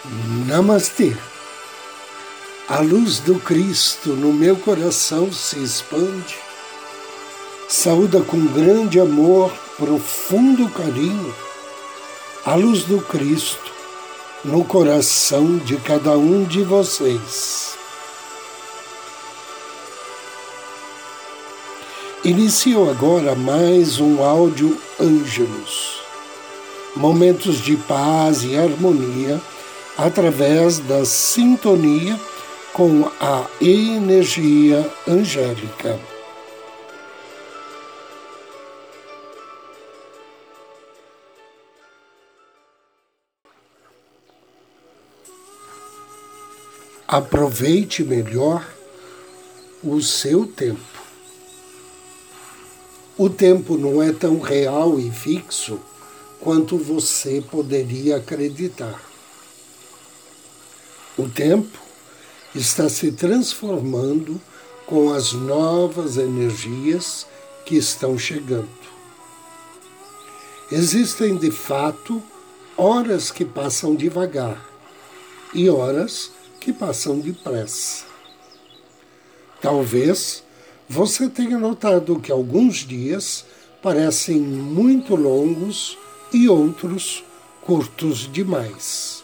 Namastê. A luz do Cristo no meu coração se expande, saúda com grande amor, profundo carinho, a luz do Cristo no coração de cada um de vocês. Inicio agora mais um áudio Ângelos, momentos de paz e harmonia através da sintonia com a energia angélica. Aproveite melhor o seu tempo. O tempo não é tão real e fixo quanto você poderia acreditar. O tempo está se transformando com as novas energias que estão chegando. Existem, de fato, horas que passam devagar e horas que passam depressa. Talvez você tenha notado que alguns dias parecem muito longos e outros curtos demais.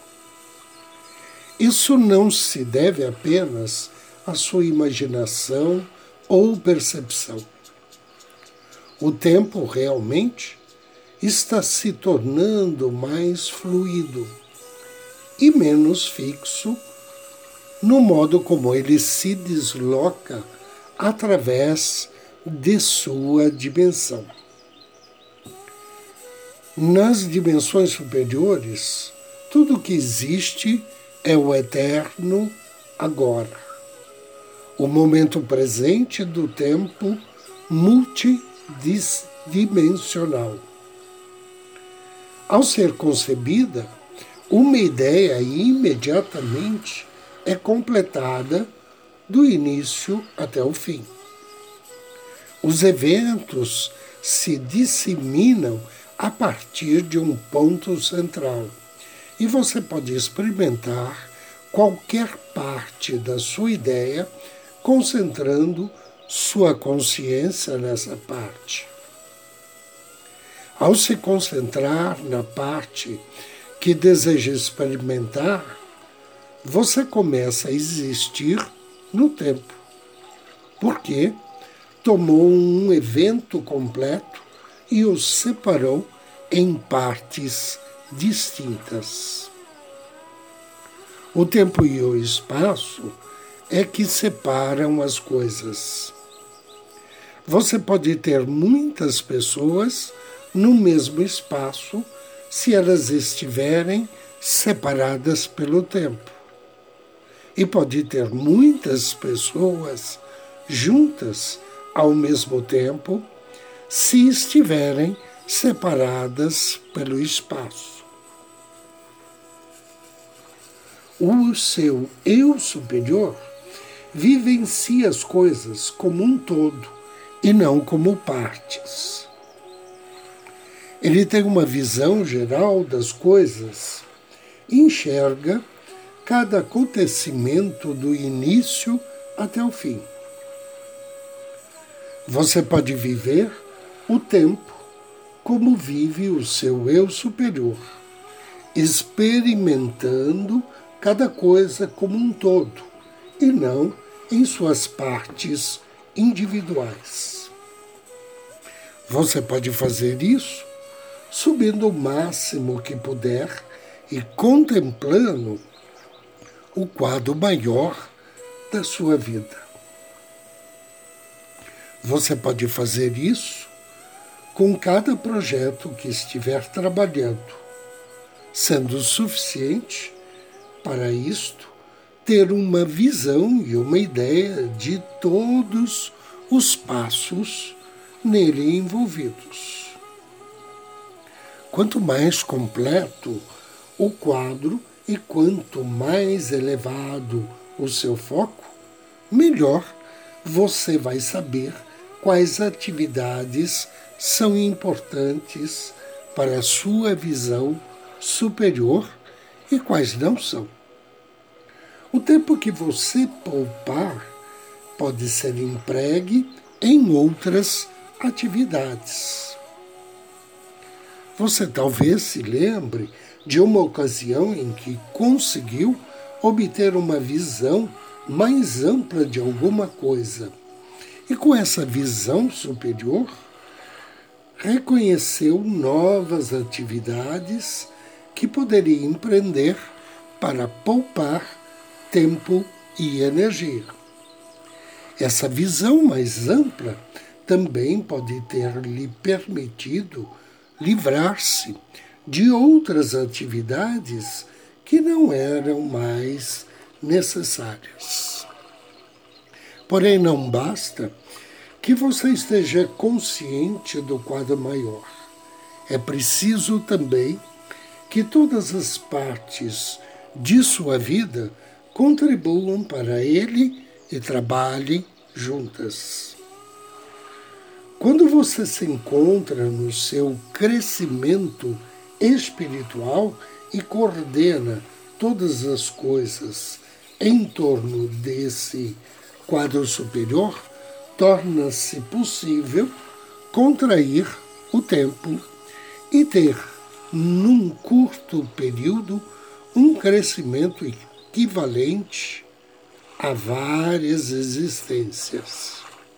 Isso não se deve apenas à sua imaginação ou percepção. O tempo realmente está se tornando mais fluido e menos fixo no modo como ele se desloca através de sua dimensão. Nas dimensões superiores, tudo que existe é o eterno agora, o momento presente do tempo multidimensional. Ao ser concebida, uma ideia imediatamente é completada do início até o fim. Os eventos se disseminam a partir de um ponto central, e você pode experimentar qualquer parte da sua ideia concentrando sua consciência nessa parte. Ao se concentrar na parte que deseja experimentar, você começa a existir no tempo, porque tomou um evento completo e o separou em partes distintas. O tempo e o espaço é que separam as coisas. Você pode ter muitas pessoas no mesmo espaço se elas estiverem separadas pelo tempo. E pode ter muitas pessoas juntas ao mesmo tempo se estiverem separadas pelo espaço. O seu eu superior vivencia as coisas como um todo e não como partes. Ele tem uma visão geral das coisas e enxerga cada acontecimento do início até o fim. Você pode viver o tempo como vive o seu eu superior, experimentando cada coisa como um todo e não em suas partes individuais. Você pode fazer isso subindo o máximo que puder e contemplando o quadro maior da sua vida. Você pode fazer isso com cada projeto que estiver trabalhando, sendo suficiente para isto ter uma visão e uma ideia de todos os passos nele envolvidos. Quanto mais completo o quadro e quanto mais elevado o seu foco, melhor você vai saber quais atividades são importantes para a sua visão superior e quais não são. O tempo que você poupar pode ser empregue em outras atividades. Você talvez se lembre de uma ocasião em que conseguiu obter uma visão mais ampla de alguma coisa. E com essa visão superior, reconheceu novas atividades que poderia empreender para poupar tempo e energia. Essa visão mais ampla também pode ter lhe permitido livrar-se de outras atividades que não eram mais necessárias. Porém, não basta que você esteja consciente do quadro maior. É preciso também que todas as partes de sua vida contribuam para ele e trabalhem juntas. Quando você se encontra no seu crescimento espiritual e coordena todas as coisas em torno desse quadro superior, torna-se possível contrair o tempo e ter, num curto período, um crescimento equivalente a várias existências.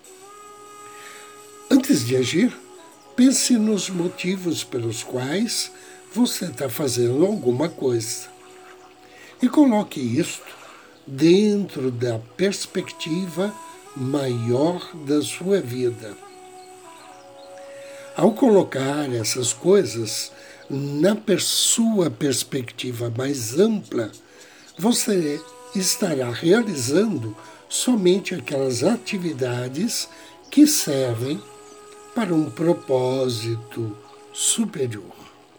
Antes de agir, pense nos motivos pelos quais você está fazendo alguma coisa e coloque isto dentro da perspectiva maior da sua vida. Ao colocar essas coisas na sua perspectiva mais ampla, você estará realizando somente aquelas atividades que servem para um propósito superior.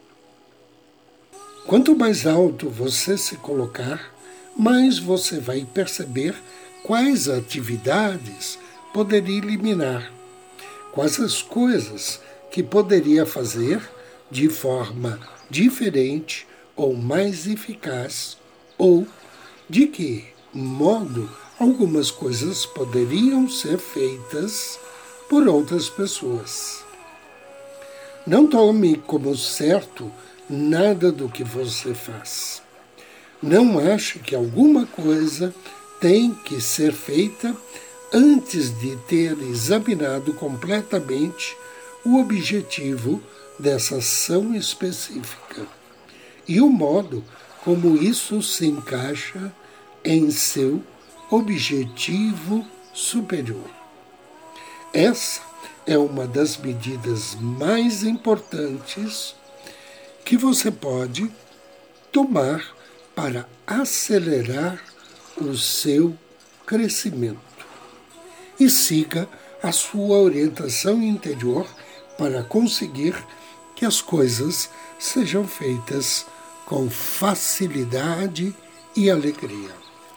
Quanto mais alto você se colocar, mais você vai perceber quais atividades poderia eliminar, quais as coisas que poderia fazer de forma diferente ou mais eficaz, ou de que modo algumas coisas poderiam ser feitas por outras pessoas. Não tome como certo nada do que você faz. Não ache que alguma coisa tem que ser feita antes de ter examinado completamente o objetivo dessa ação específica e o modo como isso se encaixa em seu objetivo superior. Essa é uma das medidas mais importantes que você pode tomar para acelerar o seu crescimento. E siga a sua orientação interior para conseguir que as coisas sejam feitas com facilidade e alegria.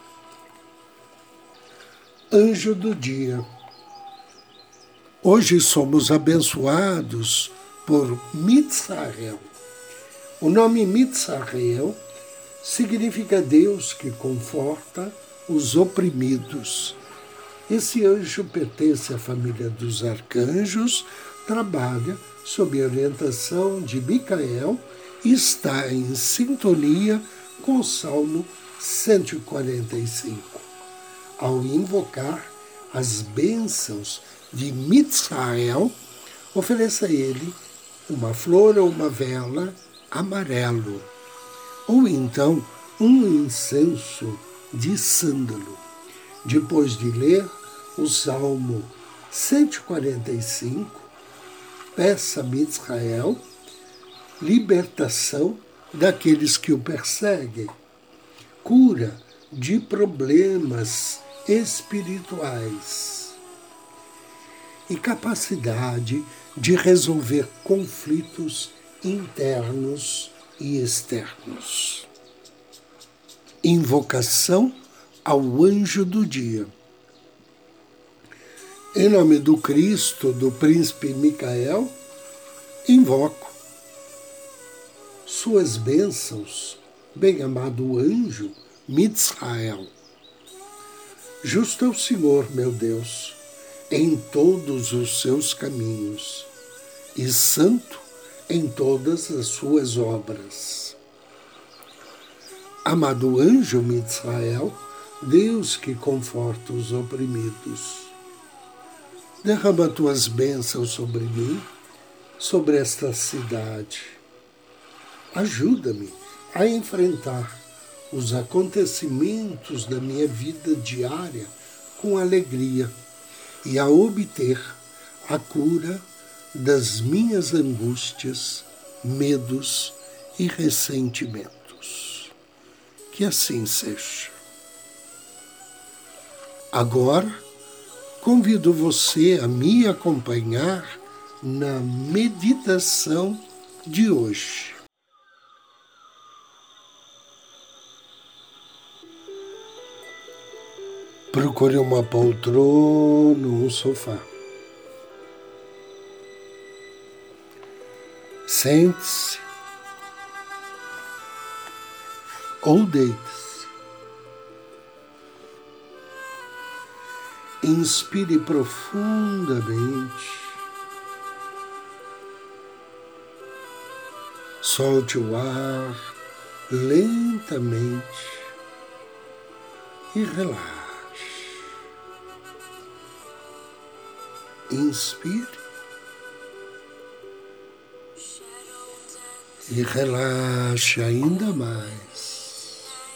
Anjo do dia. Hoje somos abençoados por Mitzael. O nome Mitzael significa Deus que conforta os oprimidos. Esse anjo pertence à família dos arcanjos, trabalha sob a orientação de Micael e está em sintonia com o Salmo 145. Ao invocar as bênçãos de Mitzael, ofereça a ele uma flor ou uma vela amarelo, ou então um incenso de sândalo. Depois de ler o Salmo 145, peça a Mitzael libertação daqueles que o perseguem, cura de problemas espirituais e capacidade de resolver conflitos internos e externos. Invocação ao anjo do dia. Em nome do Cristo, do príncipe Micael, invoco suas bênçãos bem-amado anjo Mitzrael. Justo é o Senhor, meu Deus, em todos os seus caminhos, e santo em todas as suas obras. Amado anjo Mitzrael, Deus que conforta os oprimidos, derrama tuas bênçãos sobre mim, sobre esta cidade. Ajuda-me a enfrentar os acontecimentos da minha vida diária com alegria e a obter a cura das minhas angústias, medos e ressentimentos. Que assim seja. Agora, convido você a me acompanhar na meditação de hoje. Procure uma poltrona ou um sofá. Sente-se ou deite-se. Inspire profundamente. Solte o ar lentamente e relaxe. Inspire e relaxe ainda mais.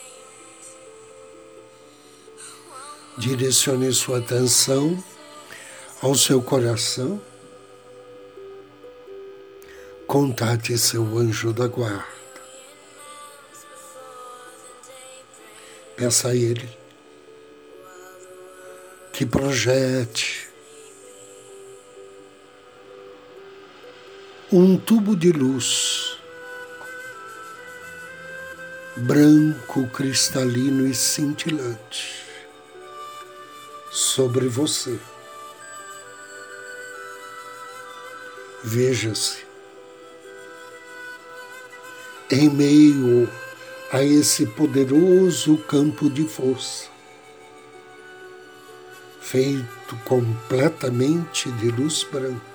Direcione sua atenção ao seu coração. Contate seu anjo da guarda. Peça a ele que projete um tubo de luz branco, cristalino e cintilante sobre você. Veja-se em meio a esse poderoso campo de força, feito completamente de luz branca.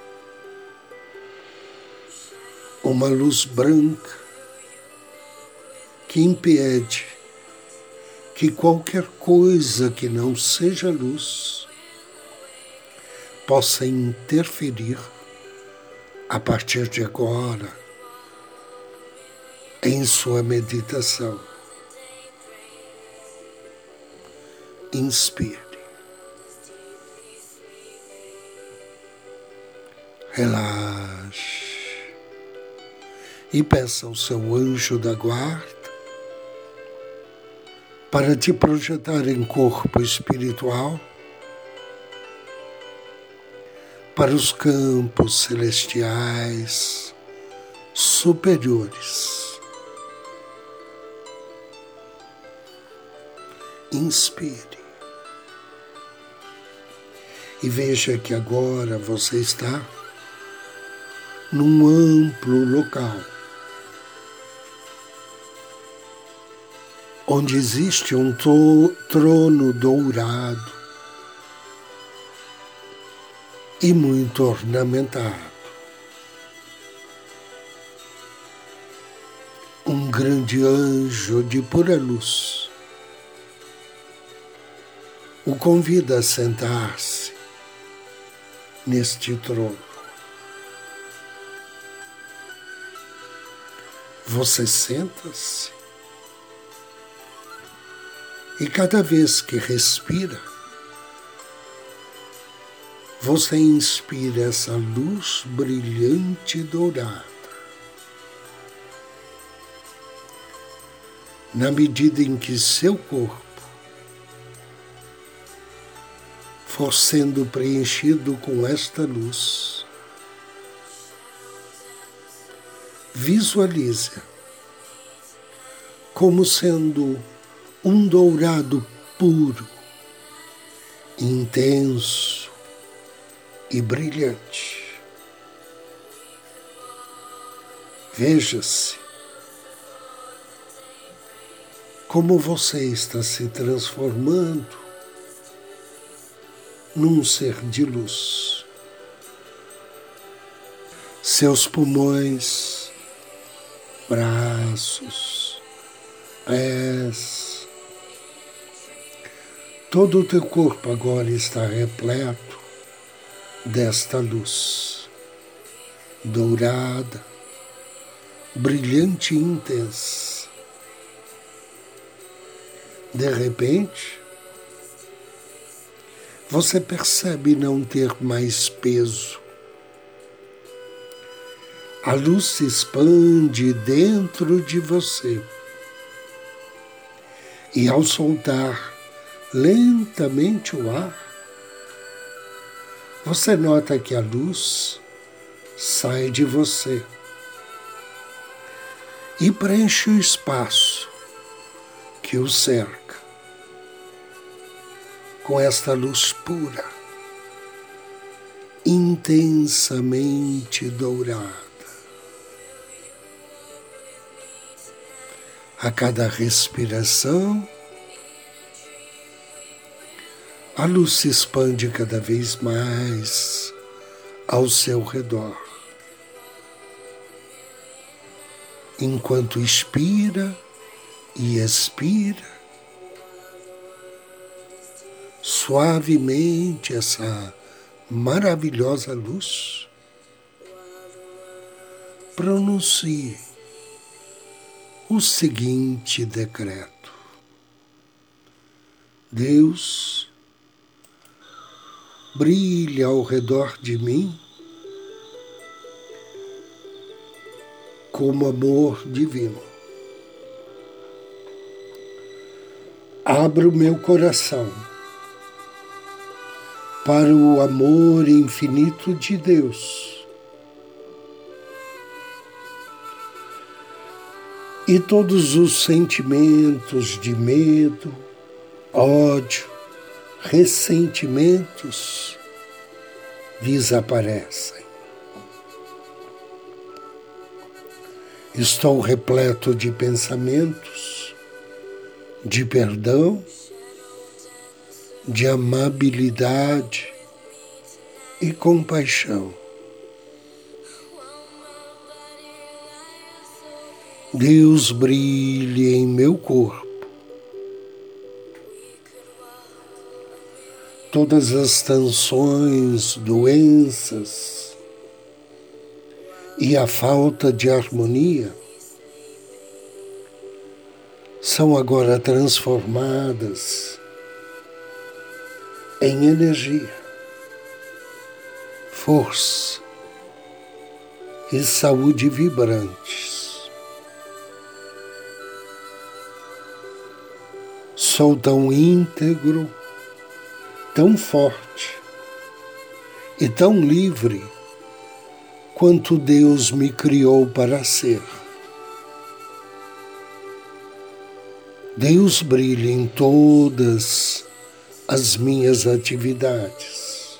Uma luz branca que impede que qualquer coisa que não seja luz possa interferir a partir de agora em sua meditação. Inspire. Relaxe. E peça ao seu anjo da guarda para te projetar em corpo espiritual para os campos celestiais superiores. Inspire. E veja que agora você está num amplo local, onde existe um trono dourado e muito ornamentado. Um grande anjo de pura luz o convida a sentar-se neste trono. Você senta-se e cada vez que respira, você inspira essa luz brilhante e dourada. Na medida em que seu corpo for sendo preenchido com esta luz, visualize-a como sendo um dourado puro, intenso e brilhante. Veja-se como você está se transformando num ser de luz. Seus pulmões, braços, pés, todo o teu corpo agora está repleto desta luz dourada, brilhante e intensa. De repente, você percebe não ter mais peso. A luz se expande dentro de você. E ao soltar lentamente o ar, você nota que a luz sai de você e preenche o espaço que o cerca com esta luz pura, intensamente dourada. A cada respiração, a luz se expande cada vez mais ao seu redor. Enquanto inspira e expira, suavemente essa maravilhosa luz, pronuncie o seguinte decreto: Deus, brilha ao redor de mim como amor divino. Abro meu coração para o amor infinito de Deus e todos os sentimentos de medo, ódio, ressentimentos desaparecem. Estou repleto de pensamentos, de perdão, de amabilidade e compaixão. Deus brilhe em meu corpo. Todas as tensões, doenças e a falta de harmonia são agora transformadas em energia, força e saúde vibrantes. Sou tão íntegro, tão forte e tão livre quanto Deus me criou para ser. Deus brilha em todas as minhas atividades.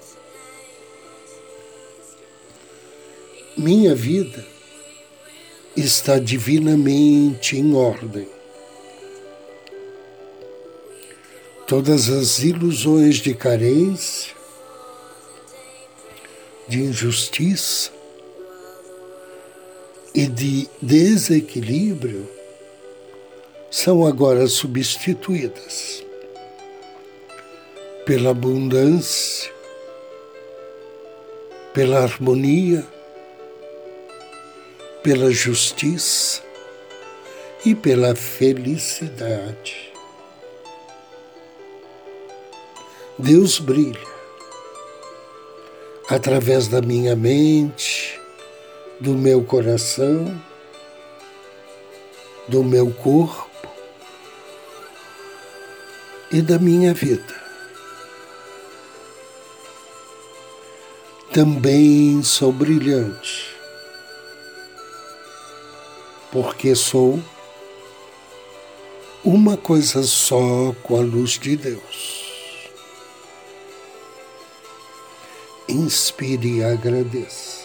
Minha vida está divinamente em ordem. Todas as ilusões de carência, de injustiça e de desequilíbrio são agora substituídas pela abundância, pela harmonia, pela justiça e pela felicidade. Deus brilha através da minha mente, do meu coração, do meu corpo e da minha vida. Também sou brilhante, porque sou uma coisa só com a luz de Deus. Inspire e agradeça.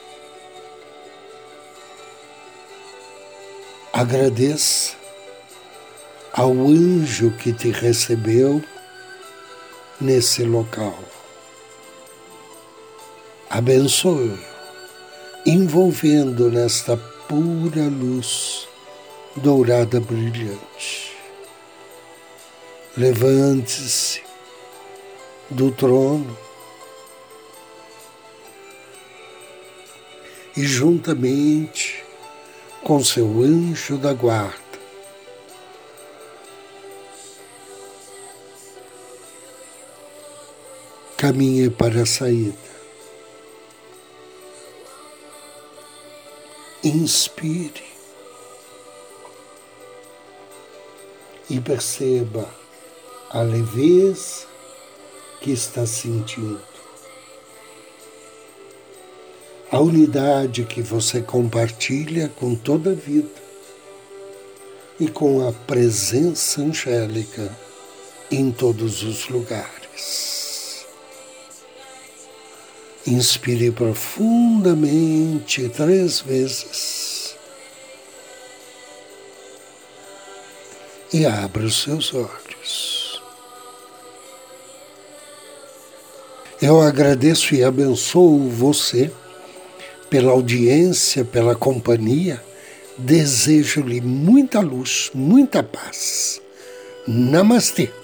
Agradeça ao anjo que te recebeu nesse local. Abençoe, envolvendo nesta pura luz dourada brilhante. Levante-se do trono e, juntamente com seu anjo da guarda, caminhe para a saída. Inspire e perceba a leveza que está sentindo, a unidade que você compartilha com toda a vida e com a presença angélica em todos os lugares. Inspire profundamente 3 vezes e abra os seus olhos. Eu agradeço e abençoo você pela audiência, pela companhia. Desejo-lhe muita luz, muita paz. Namastê.